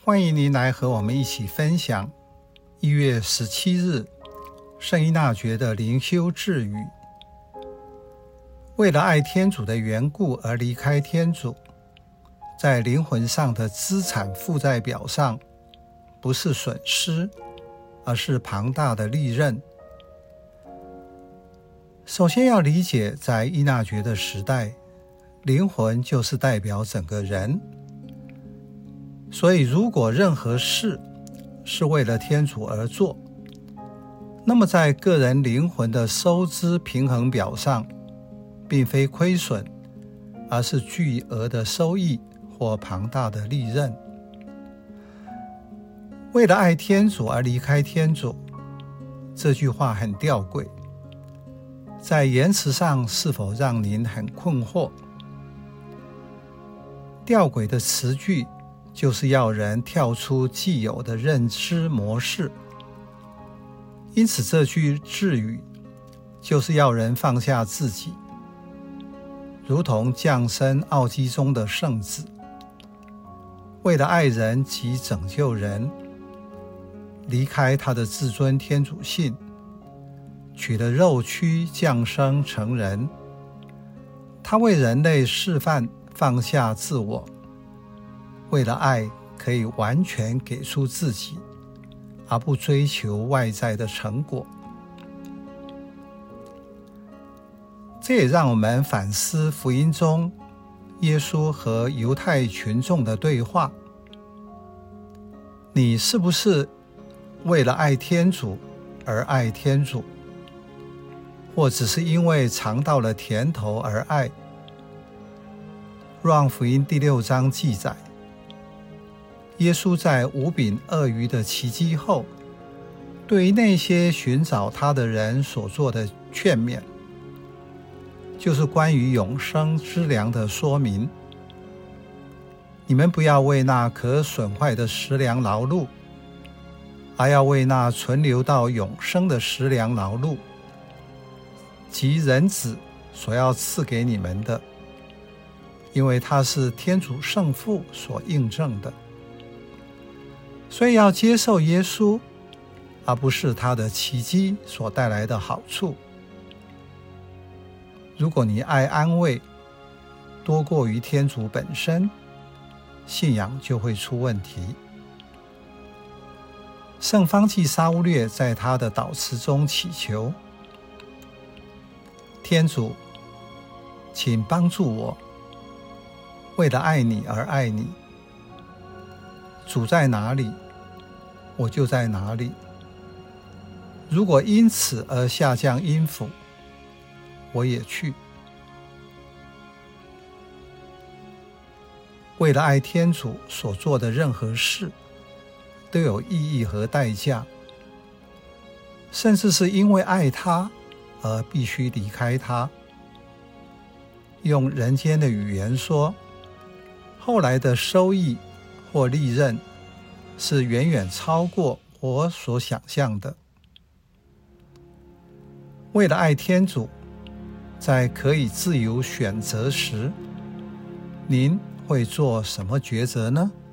欢迎您来和我们一起分享1月17日圣依纳爵的灵修智语。为了爱天主的缘故而离开天主，在灵魂上的资产负债表上不是损失，而是庞大的利刃。首先要理解，在依纳爵的时代，灵魂就是代表整个人，所以如果任何事是为了天主而做，那么在个人灵魂的收支平衡表上并非亏损，而是巨额的收益或庞大的利刃。为了爱天主而离开天主，这句话很吊诡，在言辞上是否让您很困惑？吊诡的词句就是要人跳出既有的认知模式，因此这句智语就是要人放下自己，如同降生奥基中的圣子，为了爱人及拯救人，离开他的至尊天主性，取了肉躯降生成人。他为人类示范放下自我，为了爱可以完全给出自己，而不追求外在的成果。这也让我们反思福音中耶稣和犹太群众的对话。你是不是为了爱天主而爱天主，或只是因为尝到了甜头而爱？若望福音第6章记载，耶稣在5饼2鱼的奇迹后，对于那些寻找他的人所做的劝勉，就是关于永生之粮的说明。你们不要为那可损坏的食粮劳碌，而要为那存留到永生的食粮劳碌，即人子所要赐给你们的，因为他是天主圣父所印证的。所以要接受耶稣，而不是他的奇迹所带来的好处。如果你爱安慰多过于天主本身，信仰就会出问题。圣方济沙乌略在他的祷词中祈求：天主，请帮助我，为了爱你而爱你。主在哪里，我就在哪里。如果因此而下降音符，我也去。为了爱天主所做的任何事都有意义和代价，甚至是因为爱他而必须离开他。用人间的语言说，后来的收益或利刃是远远超过我所想象的。为了爱天主，在可以自由选择时，您会做什么抉择呢？